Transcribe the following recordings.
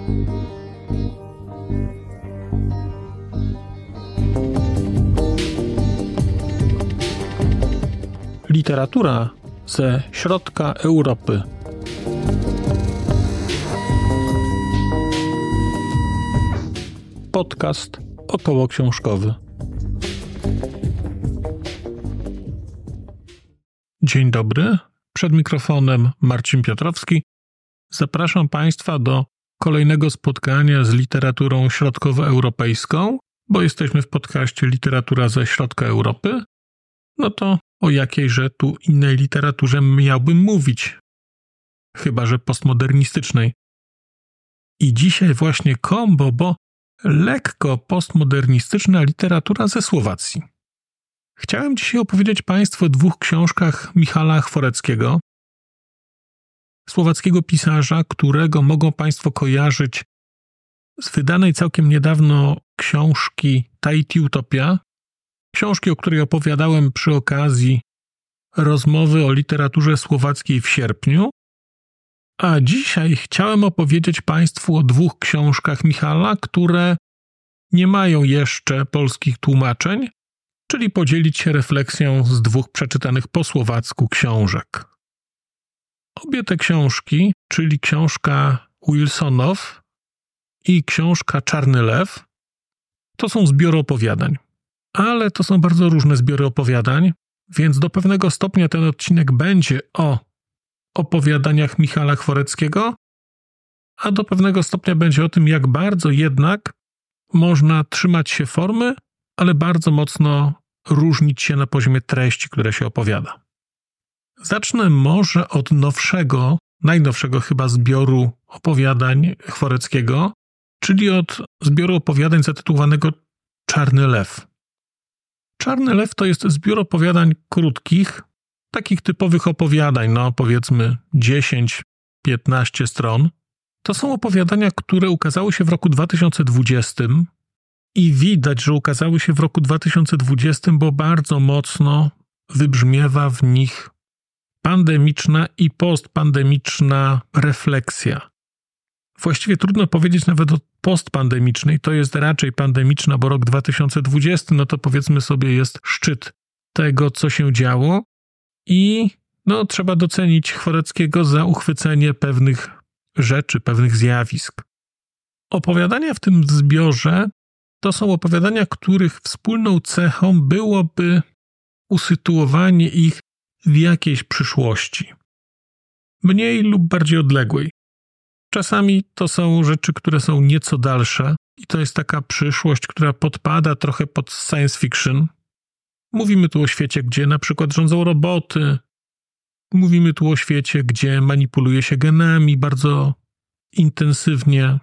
Literatura ze środka Europy. Podcast okołoksiążkowy. Dzień dobry, przed mikrofonem Marcin Piotrowski. Zapraszam Państwa do kolejnego spotkania z literaturą środkowoeuropejską, bo jesteśmy w podcaście Literatura ze środka Europy. No to o jakiejże tu innej literaturze miałbym mówić? Chyba że postmodernistycznej. I dzisiaj właśnie kombo, bo lekko postmodernistyczna literatura ze Słowacji. Chciałem dzisiaj opowiedzieć Państwu o dwóch książkach Michala Chworeckiego, słowackiego pisarza, którego mogą Państwo kojarzyć z wydanej całkiem niedawno książki Tahiti Utopia, książki, o której opowiadałem przy okazji rozmowy o literaturze słowackiej w sierpniu, a dzisiaj chciałem opowiedzieć Państwu o dwóch książkach Michala, które nie mają jeszcze polskich tłumaczeń, czyli podzielić się refleksją z dwóch przeczytanych po słowacku książek. Obie te książki, czyli książka Wilsonow i książka Czarny Lew, to są zbiory opowiadań. Ale to są bardzo różne zbiory opowiadań, więc do pewnego stopnia ten odcinek będzie o opowiadaniach Michala Chworeckiego, a do pewnego stopnia będzie o tym, jak bardzo jednak można trzymać się formy, ale bardzo mocno różnić się na poziomie treści, które się opowiada. Zacznę może od najnowszego chyba zbioru opowiadań Chworeckiego, czyli od zbioru opowiadań zatytułowanego Czarny Lew. Czarny Lew to jest zbiór opowiadań krótkich, takich typowych opowiadań, powiedzmy 10-15 stron. To są opowiadania, które ukazały się w roku 2020 i widać, że ukazały się w roku 2020, bo bardzo mocno wybrzmiewa w nich pandemiczna i postpandemiczna refleksja. Właściwie trudno powiedzieć nawet o postpandemicznej, to jest raczej pandemiczna, bo rok 2020, to powiedzmy sobie jest szczyt tego, co się działo i trzeba docenić Chworeckiego za uchwycenie pewnych rzeczy, pewnych zjawisk. Opowiadania w tym zbiorze to są opowiadania, których wspólną cechą byłoby usytuowanie ich w jakiejś przyszłości. Mniej lub bardziej odległej. Czasami to są rzeczy, które są nieco dalsze i to jest taka przyszłość, która podpada trochę pod science fiction. Mówimy tu o świecie, gdzie na przykład rządzą roboty. Mówimy tu o świecie, gdzie manipuluje się genami bardzo intensywnie.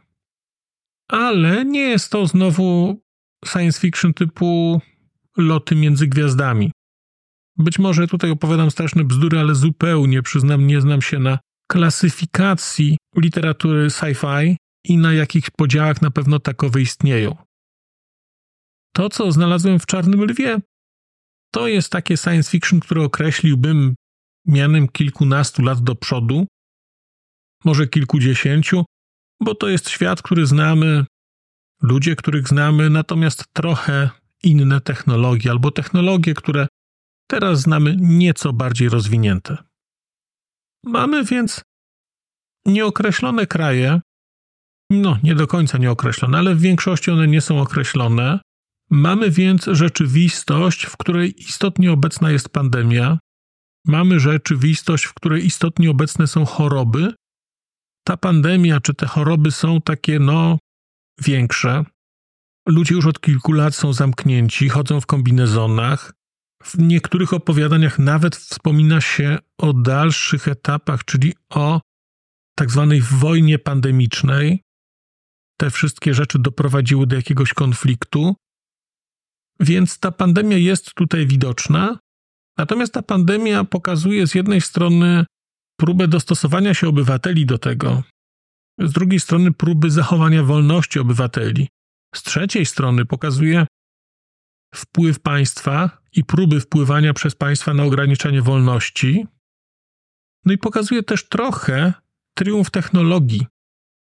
Ale nie jest to znowu science fiction typu loty między gwiazdami. Być może tutaj opowiadam straszne bzdury, ale zupełnie, nie znam się na klasyfikacji literatury sci-fi i na jakich podziałach na pewno takowe istnieją. To, co znalazłem w Czarnym Lwie, to jest takie science fiction, które określiłbym mianem kilkunastu lat do przodu, może kilkudziesięciu, bo to jest świat, który znamy, ludzie, których znamy, natomiast trochę inne technologie, albo technologie, które teraz znamy nieco bardziej rozwinięte. Mamy więc nieokreślone kraje, nie do końca nieokreślone, ale w większości one nie są określone. Mamy więc rzeczywistość, w której istotnie obecna jest pandemia. Mamy rzeczywistość, w której istotnie obecne są choroby. Ta pandemia czy te choroby są takie, większe. Ludzie już od kilku lat są zamknięci, chodzą w kombinezonach. W niektórych opowiadaniach nawet wspomina się o dalszych etapach, czyli o tak zwanej wojnie pandemicznej. Te wszystkie rzeczy doprowadziły do jakiegoś konfliktu. Więc ta pandemia jest tutaj widoczna. Natomiast ta pandemia pokazuje z jednej strony próbę dostosowania się obywateli do tego, z drugiej strony próby zachowania wolności obywateli, z trzeciej strony pokazuje wpływ państwa i próby wpływania przez państwa na ograniczanie wolności. I pokazuje też trochę triumf technologii.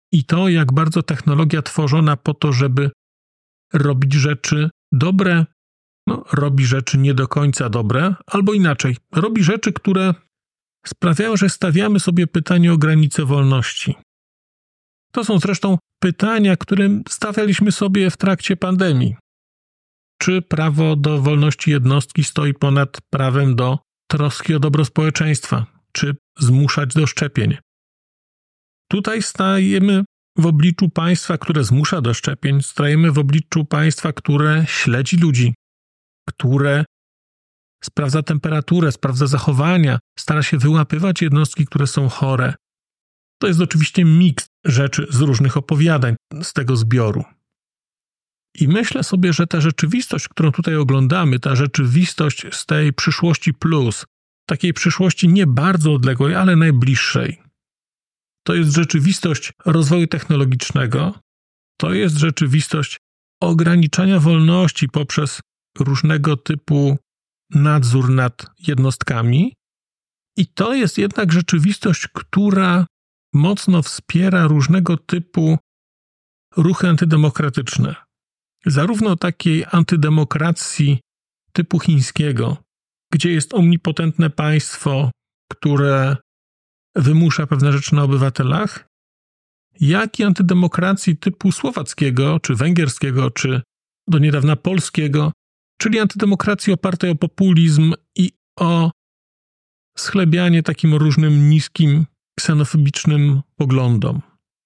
i to, jak bardzo technologia tworzona po to, żeby robić rzeczy dobre, robi rzeczy nie do końca dobre, albo inaczej, robi rzeczy, które sprawiają, że stawiamy sobie pytanie o granice wolności. To są zresztą pytania, które stawialiśmy sobie w trakcie pandemii. Czy prawo do wolności jednostki stoi ponad prawem do troski o dobro społeczeństwa? Czy zmuszać do szczepień? Tutaj stajemy w obliczu państwa, które zmusza do szczepień, stajemy w obliczu państwa, które śledzi ludzi, które sprawdza temperaturę, sprawdza zachowania, stara się wyłapywać jednostki, które są chore. To jest oczywiście miks rzeczy z różnych opowiadań z tego zbioru. I myślę sobie, że ta rzeczywistość, którą tutaj oglądamy, ta rzeczywistość z tej przyszłości plus, takiej przyszłości nie bardzo odległej, ale najbliższej, to jest rzeczywistość rozwoju technologicznego, to jest rzeczywistość ograniczania wolności poprzez różnego typu nadzór nad jednostkami i to jest jednak rzeczywistość, która mocno wspiera różnego typu ruchy antydemokratyczne. Zarówno takiej antydemokracji typu chińskiego, gdzie jest omnipotentne państwo, które wymusza pewne rzeczy na obywatelach, jak i antydemokracji typu słowackiego, czy węgierskiego, czy do niedawna polskiego, czyli antydemokracji opartej o populizm i o schlebianie takim różnym niskim, ksenofobicznym poglądom.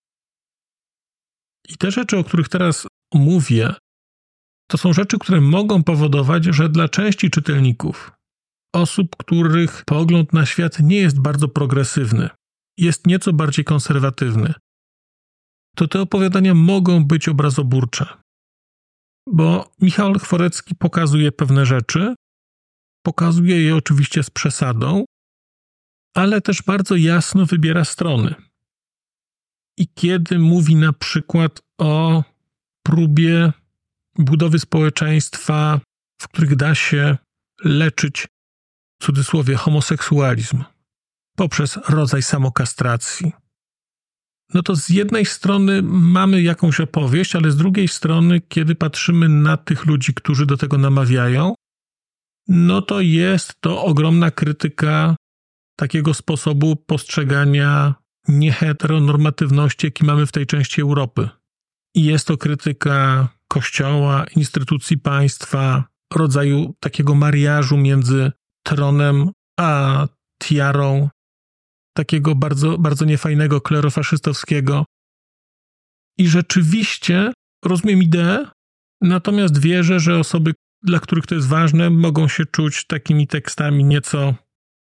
I te rzeczy, o których teraz mówię, to są rzeczy, które mogą powodować, że dla części czytelników, osób, których pogląd na świat nie jest bardzo progresywny, jest nieco bardziej konserwatywny, to te opowiadania mogą być obrazoburcze. Bo Michał Chworecki pokazuje pewne rzeczy, pokazuje je oczywiście z przesadą, ale też bardzo jasno wybiera strony. I kiedy mówi na przykład o próbie budowy społeczeństwa, w których da się leczyć, w cudzysłowie, homoseksualizm poprzez rodzaj samokastracji, no to z jednej strony mamy jakąś opowieść, ale z drugiej strony, kiedy patrzymy na tych ludzi, którzy do tego namawiają, no to jest to ogromna krytyka takiego sposobu postrzegania nieheteronormatywności, jaki mamy w tej części Europy. I jest to krytyka Kościoła, instytucji państwa, rodzaju takiego mariażu między tronem a tiarą, takiego bardzo, bardzo niefajnego klerofaszystowskiego. I rzeczywiście rozumiem ideę, natomiast wierzę, że osoby, dla których to jest ważne, mogą się czuć takimi tekstami nieco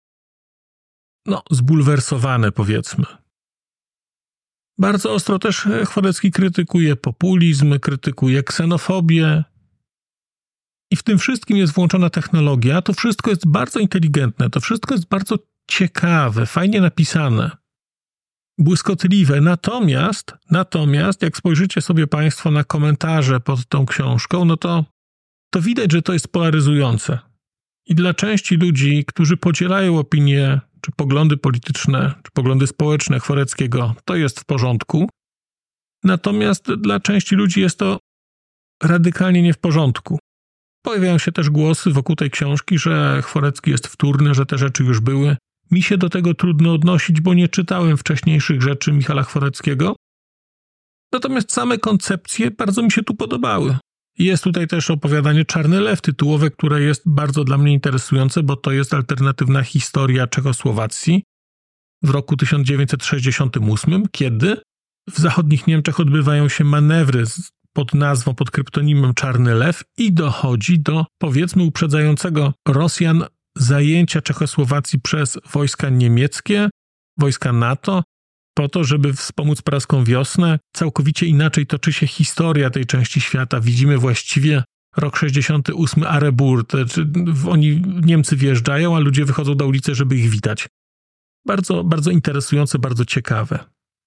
zbulwersowane, powiedzmy. Bardzo ostro też Chworecki krytykuje populizm, krytykuje ksenofobię i w tym wszystkim jest włączona technologia. To wszystko jest bardzo inteligentne, to wszystko jest bardzo ciekawe, fajnie napisane, błyskotliwe. Natomiast jak spojrzycie sobie Państwo na komentarze pod tą książką, no to widać, że to jest polaryzujące. I dla części ludzi, którzy podzielają opinie czy poglądy polityczne, czy poglądy społeczne Chworeckiego, to jest w porządku. Natomiast dla części ludzi jest to radykalnie nie w porządku. Pojawiają się też głosy wokół tej książki, że Chworecki jest wtórny, że te rzeczy już były. Mi się do tego trudno odnosić, bo nie czytałem wcześniejszych rzeczy Michała Chworeckiego. Natomiast same koncepcje bardzo mi się tu podobały. Jest tutaj też opowiadanie Czarny Lew tytułowe, które jest bardzo dla mnie interesujące, bo to jest alternatywna historia Czechosłowacji w roku 1968, kiedy w zachodnich Niemczech odbywają się manewry pod kryptonimem Czarny Lew i dochodzi do, powiedzmy, uprzedzającego Rosjan zajęcia Czechosłowacji przez wojska niemieckie, wojska NATO, po to, żeby wspomóc praską wiosnę. Całkowicie inaczej toczy się historia tej części świata. Widzimy właściwie rok 68, Areburt. Niemcy wjeżdżają, a ludzie wychodzą na ulicę, żeby ich witać. Bardzo, bardzo interesujące, bardzo ciekawe.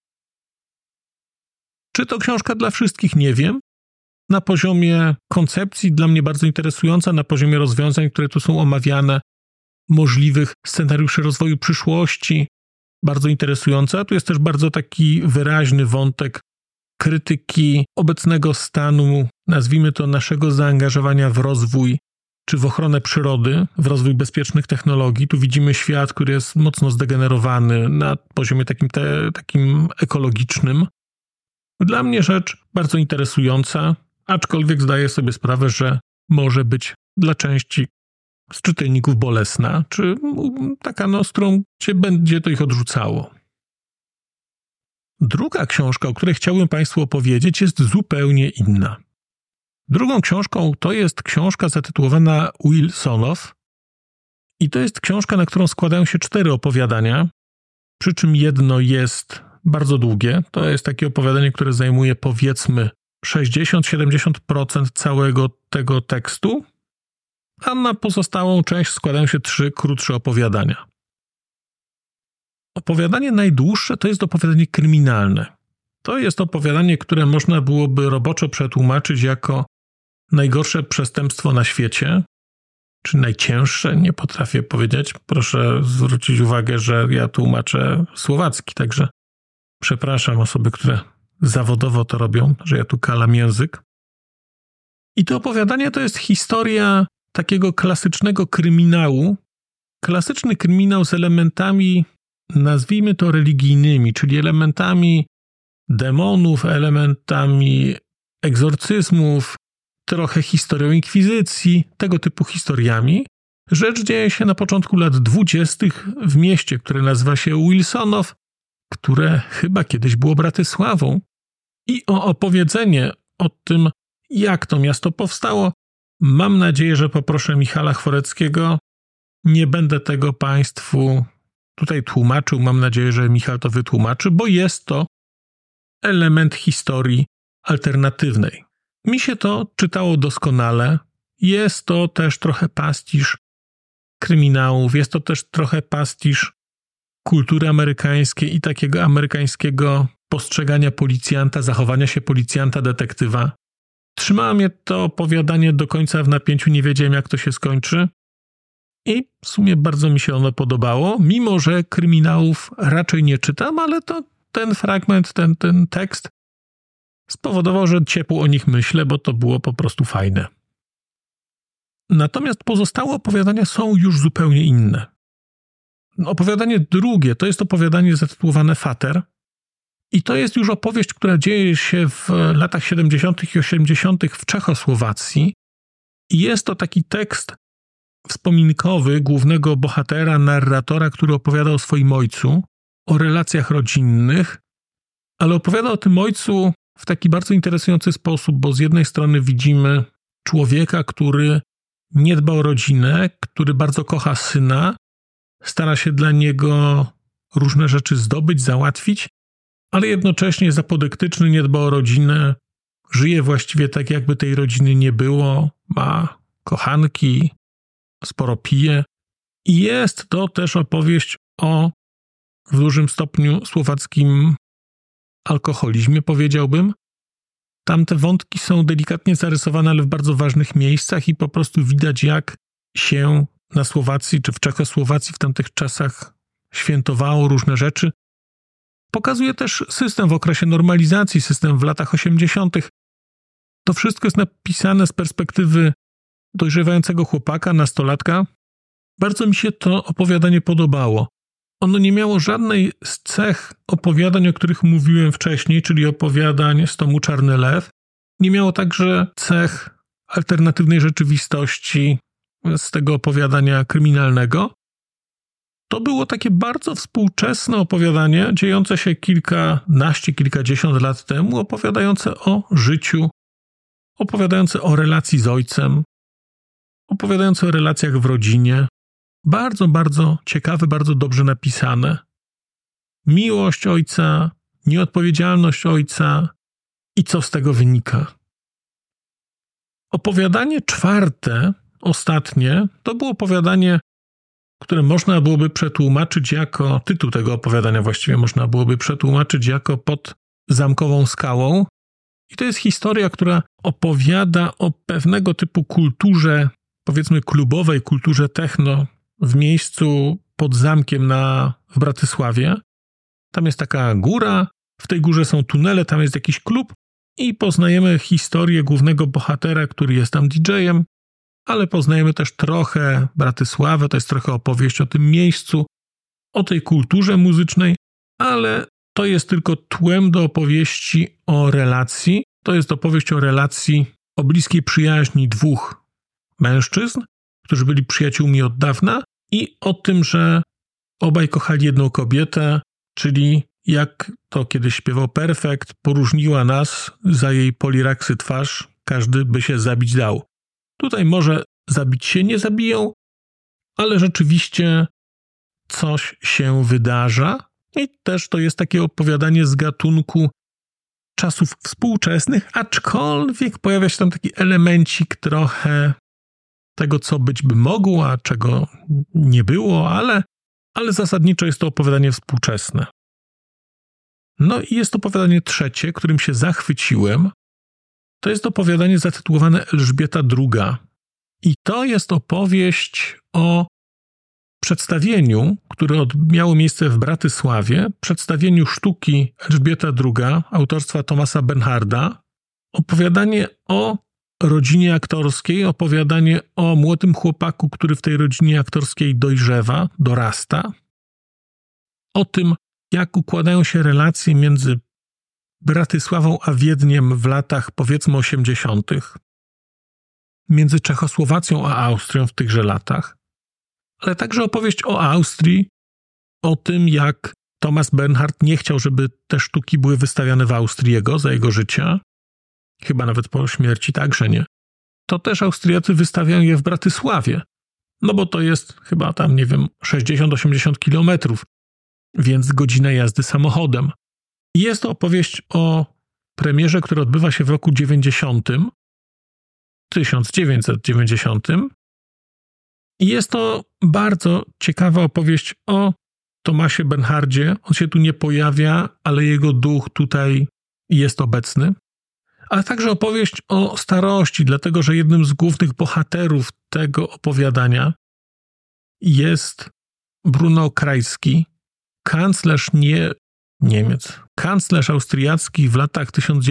Czy to książka dla wszystkich? Nie wiem. Na poziomie koncepcji dla mnie bardzo interesująca, na poziomie rozwiązań, które tu są omawiane, możliwych scenariuszy rozwoju przyszłości, bardzo interesująca. Tu jest też bardzo taki wyraźny wątek krytyki obecnego stanu, nazwijmy to naszego zaangażowania w rozwój czy w ochronę przyrody, w rozwój bezpiecznych technologii. Tu widzimy świat, który jest mocno zdegenerowany na poziomie takim ekologicznym. Dla mnie rzecz bardzo interesująca, aczkolwiek zdaję sobie sprawę, że może być dla części z czytelników bolesna, czy taka, z którą będzie to ich odrzucało. Druga książka, o której chciałbym Państwu opowiedzieć, jest zupełnie inna. Drugą książką to jest książka zatytułowana Wilsonow i to jest książka, na którą składają się 4 opowiadania, przy czym jedno jest bardzo długie. To jest takie opowiadanie, które zajmuje powiedzmy 60-70% całego tego tekstu, a na pozostałą część składają się 3 krótsze opowiadania. Opowiadanie najdłuższe to jest opowiadanie kryminalne. To jest opowiadanie, które można byłoby roboczo przetłumaczyć jako najgorsze przestępstwo na świecie, czy najcięższe, nie potrafię powiedzieć. Proszę zwrócić uwagę, że ja tłumaczę słowacki, także przepraszam osoby, które zawodowo to robią, że ja tu kalam język. I to opowiadanie to jest historia takiego klasycznego kryminału. Klasyczny kryminał z elementami, nazwijmy to religijnymi, czyli elementami demonów, elementami egzorcyzmów, trochę historią inkwizycji, tego typu historiami. Rzecz dzieje się na początku lat 20. w mieście, które nazywa się Wilsonow, które chyba kiedyś było Bratysławą. I o opowiedzenie o tym, jak to miasto powstało, mam nadzieję, że poproszę Michala Chworeckiego. Nie będę tego Państwu tutaj tłumaczył. Mam nadzieję, że Michał to wytłumaczy, bo jest to element historii alternatywnej. Mi się to czytało doskonale. Jest to też trochę pastisz kryminałów, jest to też trochę pastisz kultury amerykańskiej i takiego amerykańskiego postrzegania policjanta, zachowania się policjanta, detektywa. Trzymało mnie to opowiadanie do końca w napięciu, nie wiedziałem, jak to się skończy. I w sumie bardzo mi się ono podobało, mimo że kryminałów raczej nie czytam, ale to ten fragment, ten tekst spowodował, że ciepło o nich myślę, bo to było po prostu fajne. Natomiast pozostałe opowiadania są już zupełnie inne. Opowiadanie drugie to jest opowiadanie zatytułowane Fater i to jest już opowieść, która dzieje się w latach 70. i 80. w Czechosłowacji i jest to taki tekst wspominkowy głównego bohatera, narratora, który opowiada o swoim ojcu, o relacjach rodzinnych, ale opowiada o tym ojcu w taki bardzo interesujący sposób, bo z jednej strony widzimy człowieka, który nie dba o rodzinę, który bardzo kocha syna, stara się dla niego różne rzeczy zdobyć, załatwić, ale jednocześnie jest apodyktyczny, nie dba o rodzinę, żyje właściwie tak, jakby tej rodziny nie było, ma kochanki, sporo pije. I jest to też opowieść o w dużym stopniu słowackim alkoholizmie, powiedziałbym. Tamte wątki są delikatnie zarysowane, ale w bardzo ważnych miejscach i po prostu widać, jak się na Słowacji czy w Czechosłowacji w tamtych czasach świętowało różne rzeczy. Pokazuje też system w okresie normalizacji, system w latach 80. To wszystko jest napisane z perspektywy dojrzewającego chłopaka, nastolatka. Bardzo mi się to opowiadanie podobało. Ono nie miało żadnej z cech opowiadań, o których mówiłem wcześniej, czyli opowiadań z tomu Czarny Lew. Nie miało także cech alternatywnej rzeczywistości z tego opowiadania kryminalnego. To było takie bardzo współczesne opowiadanie, dziejące się kilkanaście, kilkadziesiąt lat temu, opowiadające o życiu, opowiadające o relacji z ojcem, opowiadające o relacjach w rodzinie. Bardzo, bardzo ciekawe, bardzo dobrze napisane. Miłość ojca, nieodpowiedzialność ojca i co z tego wynika. Opowiadanie czwarte, ostatnie, to było opowiadanie, które można byłoby przetłumaczyć jako, tytuł tego opowiadania właściwie można byłoby przetłumaczyć jako Pod zamkową skałą. I to jest historia, która opowiada o pewnego typu kulturze, powiedzmy klubowej, kulturze techno w miejscu pod zamkiem w Bratysławie. Tam jest taka góra, w tej górze są tunele, tam jest jakiś klub i poznajemy historię głównego bohatera, który jest tam DJ-em, ale poznajemy też trochę Bratysławę, to jest trochę opowieść o tym miejscu, o tej kulturze muzycznej, ale to jest tylko tłem do opowieści o relacji. To jest opowieść o relacji, o bliskiej przyjaźni dwóch mężczyzn, którzy byli przyjaciółmi od dawna i o tym, że obaj kochali jedną kobietę, czyli jak to kiedyś śpiewał Perfekt, poróżniła nas za jej poliraksy twarz, każdy by się zabić dał. Tutaj może zabić się nie zabiją, ale rzeczywiście coś się wydarza i też to jest takie opowiadanie z gatunku czasów współczesnych, aczkolwiek pojawia się tam taki elemencik trochę tego, co być by mogło, a czego nie było, ale zasadniczo jest to opowiadanie współczesne. No i jest opowiadanie trzecie, którym się zachwyciłem. To jest opowiadanie zatytułowane Elżbieta II. I to jest opowieść o przedstawieniu, które miało miejsce w Bratysławie, przedstawieniu sztuki Elżbieta II, autorstwa Thomasa Bernharda. Opowiadanie o rodzinie aktorskiej, opowiadanie o młodym chłopaku, który w tej rodzinie aktorskiej dojrzewa, dorasta. O tym, jak układają się relacje między Bratysławą a Wiedniem w latach, powiedzmy, 80., między Czechosłowacją a Austrią w tychże latach, ale także opowieść o Austrii, o tym, jak Thomas Bernhard nie chciał, żeby te sztuki były wystawiane w Austrii za jego życia, chyba nawet po śmierci także nie. To też Austriacy wystawiają je w Bratysławie, no bo to jest chyba tam, 60-80 kilometrów, więc godzina jazdy samochodem. I jest to opowieść o premierze, która odbywa się w roku 1990. I jest to bardzo ciekawa opowieść o Thomasie Bernhardzie. On się tu nie pojawia, ale jego duch tutaj jest obecny. Ale także opowieść o starości, dlatego że jednym z głównych bohaterów tego opowiadania jest Bruno Kreisky, kanclerz Niemiec, kanclerz austriacki w latach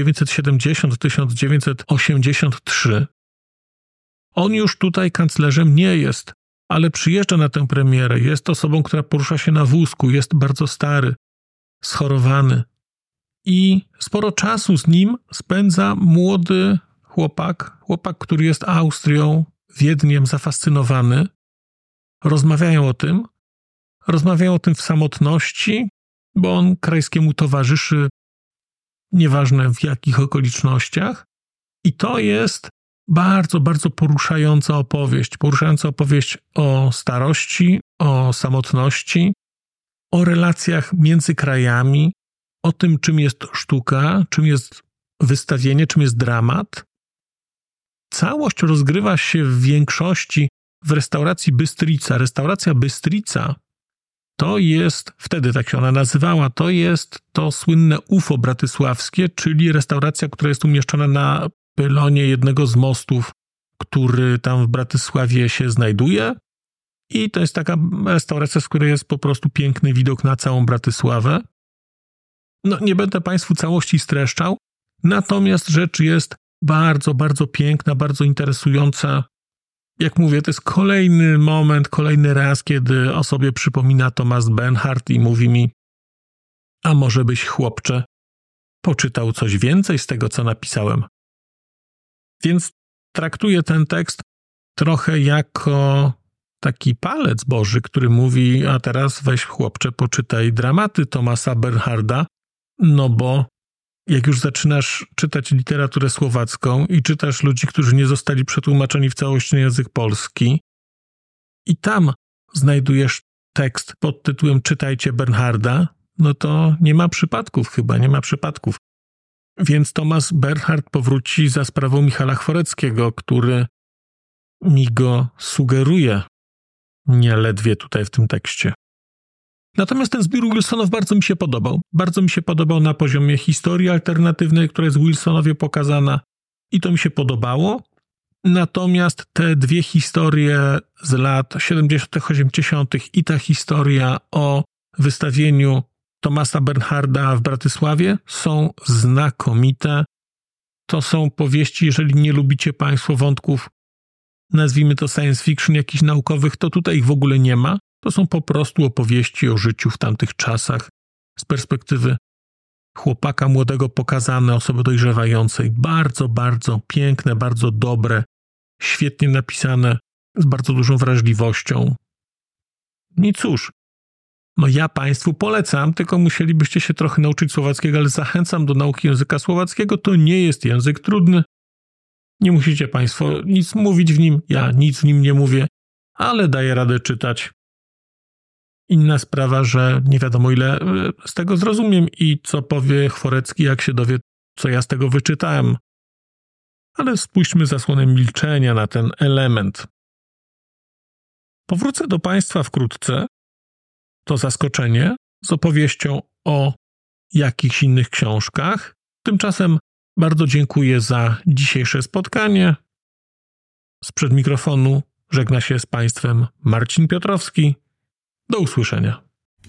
1970-1983. On już tutaj kanclerzem nie jest, ale przyjeżdża na tę premierę. Jest osobą, która porusza się na wózku, jest bardzo stary, schorowany. I sporo czasu z nim spędza młody chłopak, który jest Austrią, Wiedniem zafascynowany. Rozmawiają o tym w samotności, bo on Krajskiemu towarzyszy, nieważne w jakich okolicznościach. I to jest bardzo, bardzo poruszająca opowieść o starości, o samotności, o relacjach między krajami, o tym, czym jest sztuka, czym jest wystawienie, czym jest dramat. Całość rozgrywa się w większości w restauracji Bystrica. Restauracja Bystrica to jest, wtedy tak się ona nazywała, to jest to słynne UFO bratysławskie, czyli restauracja, która jest umieszczona na pylonie jednego z mostów, który tam w Bratysławie się znajduje. I to jest taka restauracja, z której jest po prostu piękny widok na całą Bratysławę. No, nie będę Państwu całości streszczał, natomiast rzecz jest bardzo, bardzo piękna, bardzo interesująca. Jak mówię, to jest kolejny moment, kolejny raz, kiedy o sobie przypomina Thomas Bernhard i mówi mi: a może byś, chłopcze, poczytał coś więcej z tego, co napisałem. Więc traktuję ten tekst trochę jako taki palec Boży, który mówi: a teraz weź, chłopcze, poczytaj dramaty Thomasa Bernharda, no bo jak już zaczynasz czytać literaturę słowacką i czytasz ludzi, którzy nie zostali przetłumaczeni w całości na język polski i tam znajdujesz tekst pod tytułem Czytajcie Bernharda, no to nie ma przypadków. Więc Thomas Bernhard powróci za sprawą Michała Chworeckiego, który mi go sugeruje nieledwie tutaj w tym tekście. Natomiast ten zbiór Wilsonów bardzo mi się podobał. Bardzo mi się podobał na poziomie historii alternatywnej, która jest w Wilsonowie pokazana i to mi się podobało. Natomiast te dwie historie z lat 70., 80. i ta historia o wystawieniu Thomasa Bernharda w Bratysławie są znakomite. To są powieści, jeżeli nie lubicie Państwo wątków, nazwijmy to science fiction, jakichś naukowych, to tutaj ich w ogóle nie ma. To są po prostu opowieści o życiu w tamtych czasach z perspektywy chłopaka młodego pokazane, osoby dojrzewającej. Bardzo, bardzo piękne, bardzo dobre, świetnie napisane, z bardzo dużą wrażliwością. I cóż, no ja Państwu polecam, tylko musielibyście się trochę nauczyć słowackiego, ale zachęcam do nauki języka słowackiego. To nie jest język trudny. Nie musicie Państwo nic mówić w nim, ja nic w nim nie mówię, ale daję radę czytać. Inna sprawa, że nie wiadomo ile z tego zrozumiem i co powie Chworecki, jak się dowie, co ja z tego wyczytałem. Ale spuśćmy zasłonę milczenia na ten element. Powrócę do Państwa wkrótce, to zaskoczenie, z opowieścią o jakichś innych książkach. Tymczasem bardzo dziękuję za dzisiejsze spotkanie. Sprzed mikrofonu żegna się z Państwem Marcin Piotrowski. Do usłyszenia.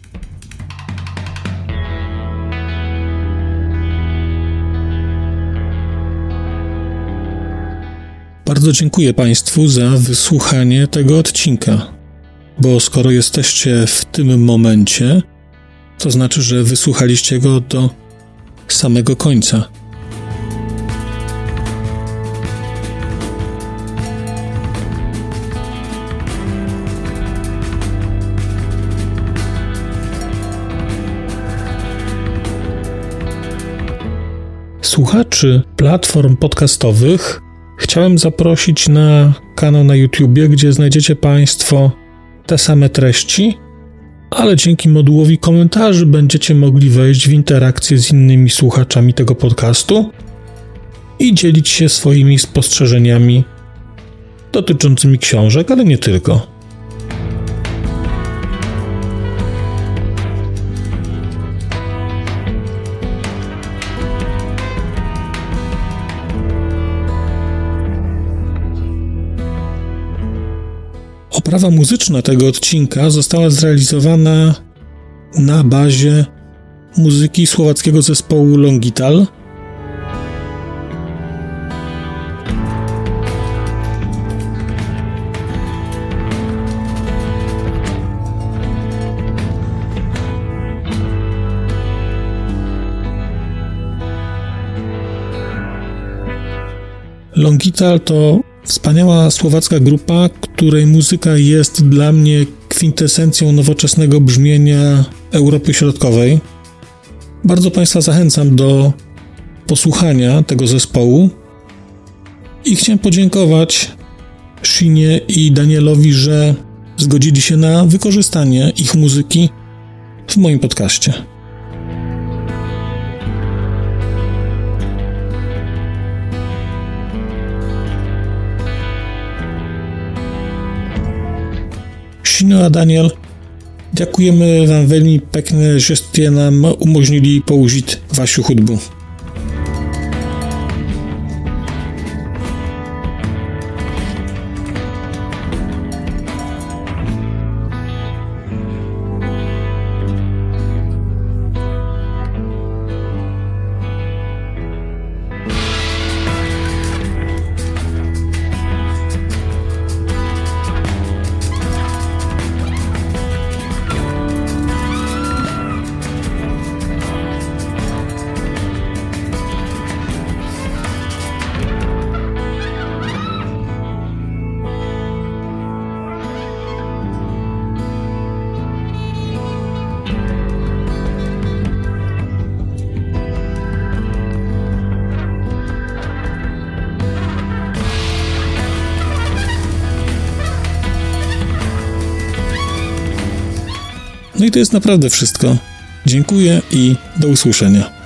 Bardzo dziękuję Państwu za wysłuchanie tego odcinka, bo skoro jesteście w tym momencie, to znaczy, że wysłuchaliście go do samego końca. Słuchaczy platform podcastowych chciałem zaprosić na kanał na YouTubie, gdzie znajdziecie Państwo te same treści, ale dzięki modułowi komentarzy będziecie mogli wejść w interakcję z innymi słuchaczami tego podcastu i dzielić się swoimi spostrzeżeniami dotyczącymi książek, ale nie tylko. Oprawa muzyczna tego odcinka została zrealizowana na bazie muzyki słowackiego zespołu Longital. Longital to wspaniała słowacka grupa, której muzyka jest dla mnie kwintesencją nowoczesnego brzmienia Europy Środkowej. Bardzo Państwa zachęcam do posłuchania tego zespołu i chciałem podziękować Shinie i Danielowi, że zgodzili się na wykorzystanie ich muzyki w moim podcaście. Shino a Daniel, děkujeme vám velmi pekne, že jste nám umožnili použít vašu hudbu. No i to jest naprawdę wszystko. Dziękuję i do usłyszenia.